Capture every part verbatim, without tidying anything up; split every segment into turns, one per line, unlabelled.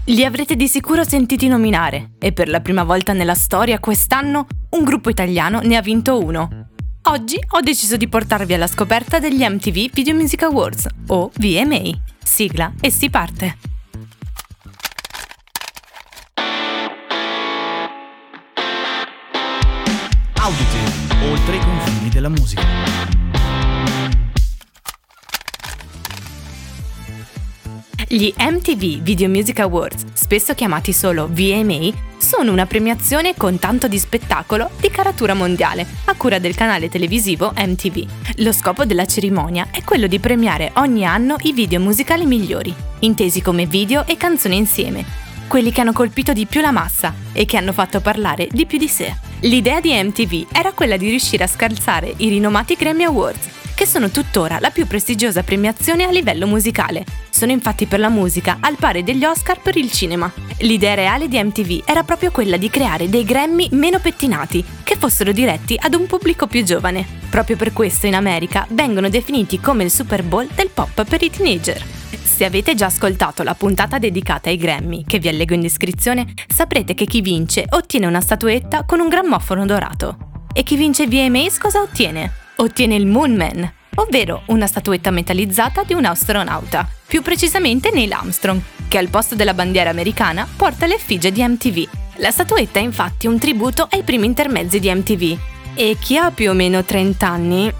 Li avrete di sicuro sentiti nominare e per la prima volta nella storia quest'anno un gruppo italiano ne ha vinto uno. Oggi ho deciso di portarvi alla scoperta degli M T V Video Music Awards, o V M A. Sigla e si parte!
Auditive, oltre i confini della musica.
Gli M T V Video Music Awards, spesso chiamati solo V M A, sono una premiazione con tanto di spettacolo di caratura mondiale, a cura del canale televisivo M T V. Lo scopo della cerimonia è quello di premiare ogni anno i video musicali migliori, intesi come video e canzoni insieme, quelli che hanno colpito di più la massa e che hanno fatto parlare di più di sé. L'idea di M T V era quella di riuscire a scalzare i rinomati Grammy Awards, che sono tuttora la più prestigiosa premiazione a livello musicale. Sono infatti per la musica al pari degli Oscar per il cinema. L'idea reale di M T V era proprio quella di creare dei Grammy meno pettinati, che fossero diretti ad un pubblico più giovane. Proprio per questo in America vengono definiti come il Super Bowl del pop per i teenager. Se avete già ascoltato la puntata dedicata ai Grammy, che vi allego in descrizione, saprete che chi vince ottiene una statuetta con un grammofono dorato. E chi vince V M As cosa ottiene? Ottiene il Moon Man, ovvero una statuetta metallizzata di un astronauta, più precisamente Neil Armstrong, che al posto della bandiera americana porta l'effigie di M T V. La statuetta è infatti un tributo ai primi intermezzi di M T V. E chi ha più o meno trenta anni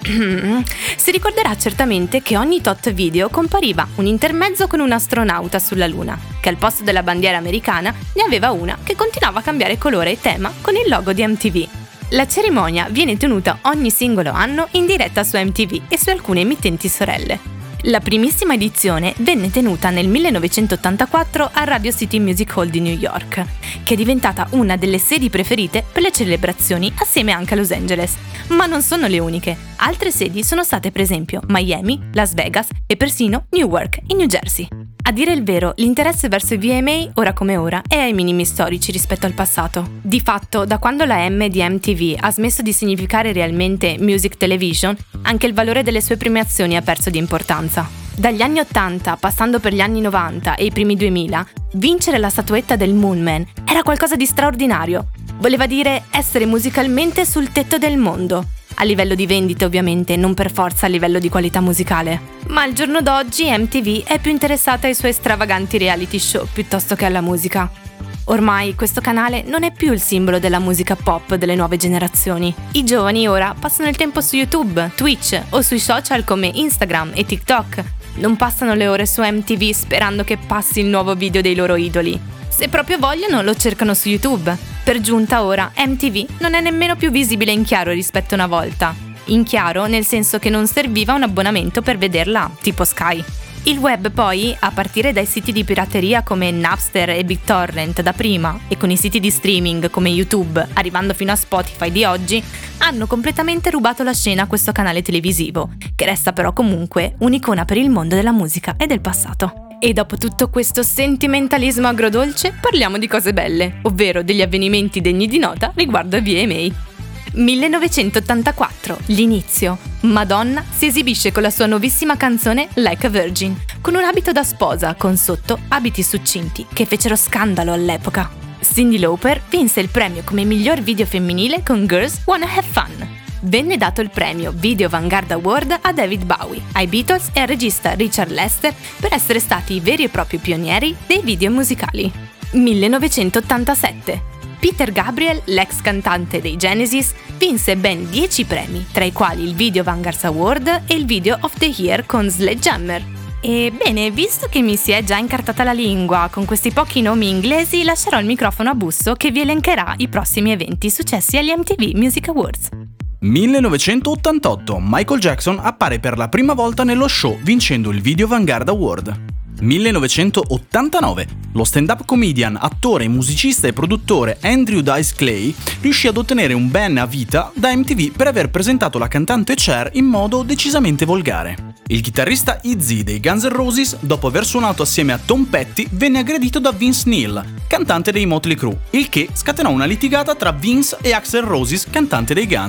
si ricorderà certamente che ogni tot video compariva un intermezzo con un astronauta sulla Luna, che al posto della bandiera americana ne aveva una che continuava a cambiare colore e tema con il logo di M T V. La cerimonia viene tenuta ogni singolo anno in diretta su M T V e su alcune emittenti sorelle. La primissima edizione venne tenuta nel millenovecentottantaquattro al Radio City Music Hall di New York, che è diventata una delle sedi preferite per le celebrazioni assieme anche a Los Angeles. Ma non sono le uniche. Altre sedi sono state per esempio Miami, Las Vegas e persino Newark in New Jersey. A dire il vero, l'interesse verso i V M A, ora come ora, è ai minimi storici rispetto al passato. Di fatto, da quando la M di M T V ha smesso di significare realmente Music Television, anche il valore delle sue premiazioni ha perso di importanza. Dagli anni ottanta, passando per gli anni novanta e i primi duemila, vincere la statuetta del Moon Man era qualcosa di straordinario. Voleva dire essere musicalmente sul tetto del mondo. A livello di vendite ovviamente, non per forza a livello di qualità musicale. Ma al giorno d'oggi M T V è più interessata ai suoi stravaganti reality show piuttosto che alla musica. Ormai questo canale non è più il simbolo della musica pop delle nuove generazioni. I giovani ora passano il tempo su YouTube, Twitch o sui social come Instagram e TikTok. Non passano le ore su M T V sperando che passi il nuovo video dei loro idoli. Se proprio vogliono lo cercano su YouTube. Per giunta ora M T V non è nemmeno più visibile in chiaro rispetto a una volta. In chiaro nel senso che non serviva un abbonamento per vederla, tipo Sky. Il web poi, a partire dai siti di pirateria come Napster e BitTorrent da prima e con i siti di streaming come YouTube, arrivando fino a Spotify di oggi, hanno completamente rubato la scena a questo canale televisivo, che resta però comunque un'icona per il mondo della musica e del passato. E dopo tutto questo sentimentalismo agrodolce, parliamo di cose belle, ovvero degli avvenimenti degni di nota riguardo a V M A. millenovecentottantaquattro, l'inizio. Madonna si esibisce con la sua nuovissima canzone Like a Virgin, con un abito da sposa, con sotto abiti succinti, che fecero scandalo all'epoca. Cyndi Lauper vinse il premio come miglior video femminile con Girls Wanna Have Fun. Venne dato il premio Video Vanguard Award a David Bowie, ai Beatles e al regista Richard Lester per essere stati i veri e propri pionieri dei video musicali. millenovecentottantasette. Peter Gabriel, l'ex cantante dei Genesis, vinse ben dieci premi, tra i quali il Video Vanguard Award e il Video of the Year con Sledgehammer. E bene, visto che mi si è già incartata la lingua con questi pochi nomi inglesi, lascerò il microfono a Busso che vi elencherà i prossimi eventi successi agli M T V Music Awards.
millenovecentottantotto. Michael Jackson appare per la prima volta nello show vincendo il Video Vanguard Award. millenovecentottantanove. Lo stand-up comedian, attore, musicista e produttore Andrew Dice Clay riuscì ad ottenere un ban a vita da M T V per aver presentato la cantante Cher in modo decisamente volgare. Il chitarrista Izzy dei Guns N' Roses, dopo aver suonato assieme a Tom Petty, venne aggredito da Vince Neil, cantante dei Motley Crue, il che scatenò una litigata tra Vince e Axl Rose, cantante dei Guns.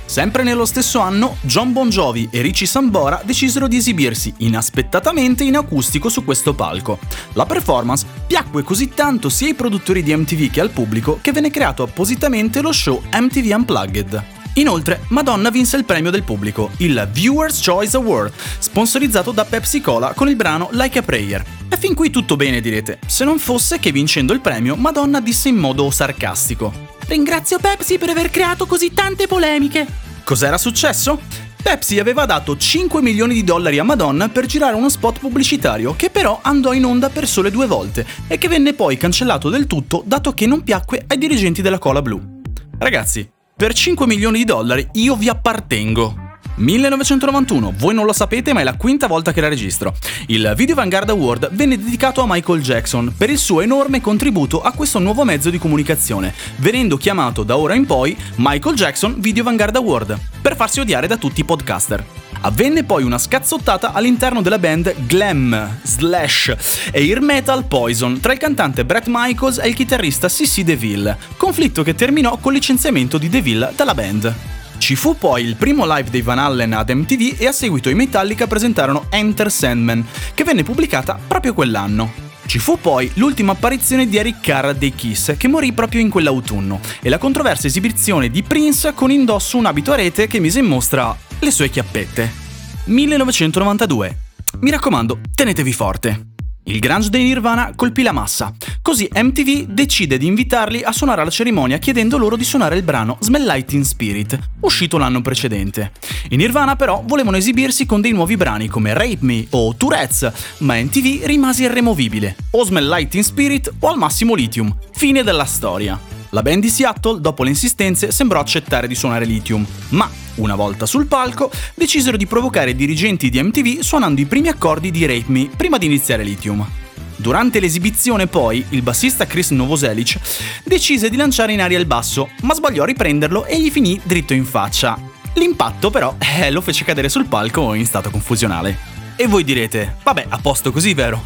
Sempre nello stesso anno, Jon Bon Jovi e Richie Sambora decisero di esibirsi inaspettatamente in acustico su questo palco. La performance piacque così tanto sia ai produttori di M T V che al pubblico che venne creato appositamente lo show M T V Unplugged. Inoltre, Madonna vinse il premio del pubblico, il Viewer's Choice Award, sponsorizzato da Pepsi Cola con il brano Like a Prayer. E fin qui tutto bene, direte, se non fosse che vincendo il premio Madonna disse in modo sarcastico: "Ringrazio Pepsi per aver creato così tante polemiche". Cos'era successo? Pepsi aveva dato cinque milioni di dollari a Madonna per girare uno spot pubblicitario che però andò in onda per sole due volte e che venne poi cancellato del tutto dato che non piacque ai dirigenti della Cola Blu. Ragazzi, per cinque milioni di dollari io vi appartengo. millenovecentonovantuno, voi non lo sapete ma è la quinta volta che la registro. Il Video Vanguard Award venne dedicato a Michael Jackson per il suo enorme contributo a questo nuovo mezzo di comunicazione, venendo chiamato da ora in poi Michael Jackson Video Vanguard Award, per farsi odiare da tutti i podcaster. Avvenne poi una scazzottata all'interno della band Glam, Slash e Air Metal Poison tra il cantante Bret Michaels e il chitarrista C C DeVille, conflitto che terminò col licenziamento di DeVille dalla band. Ci fu poi il primo live dei Van Halen ad M T V e a seguito i Metallica presentarono Enter Sandman, che venne pubblicata proprio quell'anno. Ci fu poi l'ultima apparizione di Eric Carr dei Kiss, che morì proprio in quell'autunno, e la controversa esibizione di Prince con indosso un abito a rete che mise in mostra le sue chiappette. millenovecentonovantadue. Mi raccomando, tenetevi forte. Il grunge dei Nirvana colpì la massa, così M T V decide di invitarli a suonare alla cerimonia chiedendo loro di suonare il brano Smell Like Teen Spirit, uscito l'anno precedente. I Nirvana però volevano esibirsi con dei nuovi brani come Rape Me o Tourette's, ma M T V rimase irremovibile, o Smell Like Teen Spirit o al massimo Lithium, fine della storia. La band di Seattle, dopo le insistenze, sembrò accettare di suonare Lithium, ma una volta sul palco, decisero di provocare i dirigenti di M T V suonando i primi accordi di Rape Me prima di iniziare Lithium. Durante l'esibizione poi, il bassista Chris Novoselic decise di lanciare in aria il basso, ma sbagliò a riprenderlo e gli finì dritto in faccia. L'impatto però eh, lo fece cadere sul palco in stato confusionale. E voi direte, vabbè, a posto così, vero?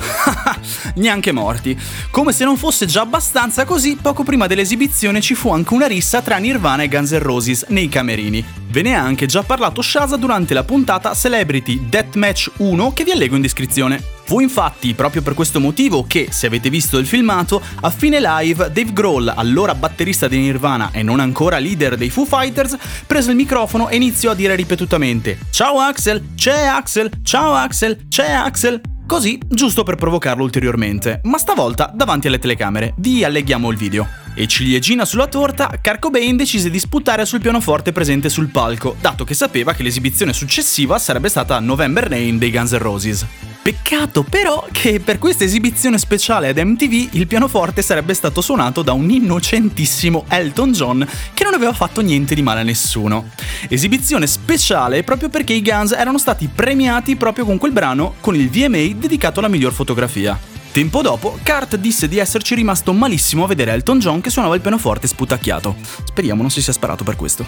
Neanche morti. Come se non fosse già abbastanza così, poco prima dell'esibizione ci fu anche una rissa tra Nirvana e Guns N' Roses nei camerini. Ve ne ha anche già parlato Shasa durante la puntata Celebrity Deathmatch uno che vi allego in descrizione. Fu infatti proprio per questo motivo che, se avete visto il filmato, a fine live Dave Grohl, allora batterista di Nirvana e non ancora leader dei Foo Fighters, prese il microfono e iniziò a dire ripetutamente "Ciao Axel, c'è Axel, ciao Axel, c'è Axel", così giusto per provocarlo ulteriormente, ma stavolta davanti alle telecamere. Vi alleghiamo il video. E ciliegina sulla torta, Kurt Cobain decise di sputare sul pianoforte presente sul palco, dato che sapeva che l'esibizione successiva sarebbe stata November Rain dei Guns N' Roses. Peccato però che per questa esibizione speciale ad M T V il pianoforte sarebbe stato suonato da un innocentissimo Elton John che non aveva fatto niente di male a nessuno. Esibizione speciale proprio perché i Guns erano stati premiati proprio con quel brano, con il V M A dedicato alla miglior fotografia. Tempo dopo, Kurt disse di esserci rimasto malissimo a vedere Elton John che suonava il pianoforte sputacchiato. Speriamo non si sia sparato per questo.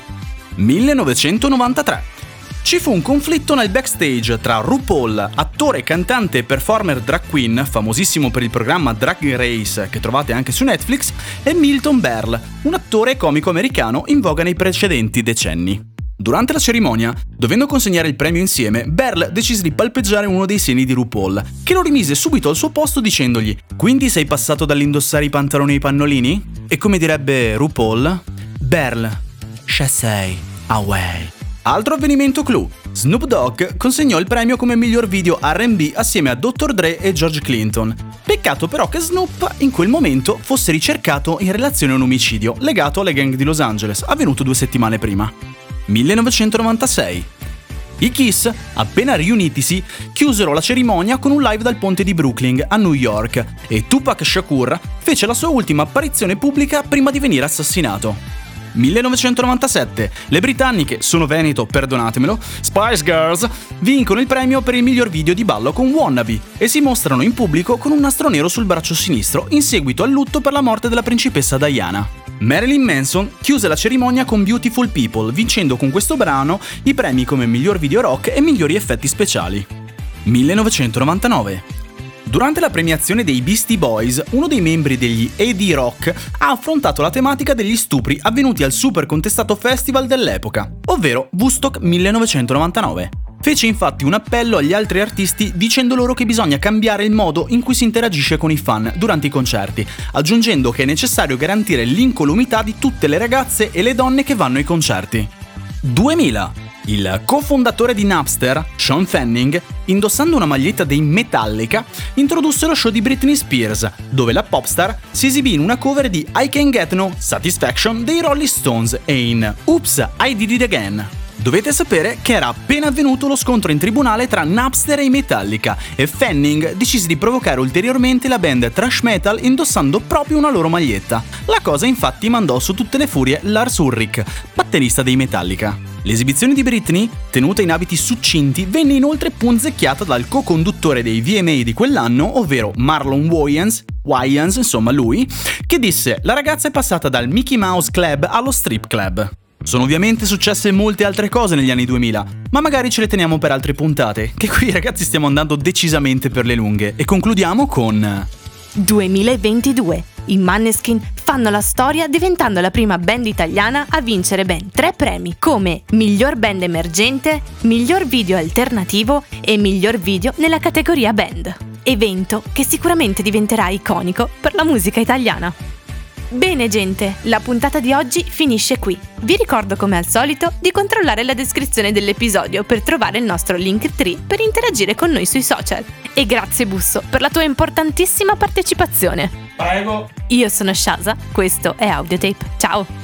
millenovecentonovantatré. Ci fu un conflitto nel backstage tra RuPaul, attore, cantante e performer drag queen, famosissimo per il programma Drag Race che trovate anche su Netflix, e Milton Berle, un attore e comico americano in voga nei precedenti decenni. Durante la cerimonia, dovendo consegnare il premio insieme, Berle decise di palpeggiare uno dei seni di RuPaul, che lo rimise subito al suo posto dicendogli "Quindi sei passato dall'indossare i pantaloni ai pannolini?" E come direbbe RuPaul, Berle, she say away. Altro avvenimento clou, Snoop Dogg consegnò il premio come miglior video R and B assieme a dottor Dre e George Clinton. Peccato però che Snoop in quel momento fosse ricercato in relazione a un omicidio legato alle gang di Los Angeles, avvenuto due settimane prima. millenovecentonovantasei. I Kiss, appena riunitisi, chiusero la cerimonia con un live dal ponte di Brooklyn a New York e Tupac Shakur fece la sua ultima apparizione pubblica prima di venire assassinato. millenovecentonovantasette. Le britanniche, sono veneto, perdonatemelo, Spice Girls vincono il premio per il miglior video di ballo con Wannabe e si mostrano in pubblico con un nastro nero sul braccio sinistro in seguito al lutto per la morte della principessa Diana. Marilyn Manson chiuse la cerimonia con Beautiful People, vincendo con questo brano i premi come miglior video rock e migliori effetti speciali. millenovecentonovantanove. Durante la premiazione dei Beastie Boys, uno dei membri degli A D Rock ha affrontato la tematica degli stupri avvenuti al super contestato festival dell'epoca, ovvero Woodstock millenovecentonovantanove. Fece infatti un appello agli altri artisti dicendo loro che bisogna cambiare il modo in cui si interagisce con i fan durante i concerti, aggiungendo che è necessario garantire l'incolumità di tutte le ragazze e le donne che vanno ai concerti. duemila. Il cofondatore di Napster, Sean Fanning, indossando una maglietta dei Metallica, introdusse lo show di Britney Spears, dove la popstar si esibì in una cover di I Can't Get No Satisfaction dei Rolling Stones e in Oops, I Did It Again. Dovete sapere che era appena avvenuto lo scontro in tribunale tra Napster e i Metallica e Fanning decise di provocare ulteriormente la band thrash metal indossando proprio una loro maglietta. La cosa infatti mandò su tutte le furie Lars Ulrich, batterista dei Metallica. L'esibizione di Britney, tenuta in abiti succinti, venne inoltre punzecchiata dal co-conduttore dei V M A di quell'anno, ovvero Marlon Wayans, Wayans, insomma lui, che disse: "La ragazza è passata dal Mickey Mouse Club allo strip club". Sono ovviamente successe molte altre cose negli anni duemila, ma magari ce le teniamo per altre puntate, che qui ragazzi stiamo andando decisamente per le lunghe. E concludiamo con...
duemilaventidue. I Måneskin fanno la storia diventando la prima band italiana a vincere ben tre premi, come Miglior Band Emergente, Miglior Video Alternativo e Miglior Video nella categoria Band. Evento che sicuramente diventerà iconico per la musica italiana. Bene gente, la puntata di oggi finisce qui. Vi ricordo come al solito di controllare la descrizione dell'episodio per trovare il nostro Linktree per interagire con noi sui social. E grazie Busso per la tua importantissima partecipazione.
Prego.
Io sono Shasa, questo è Audiotape. Ciao!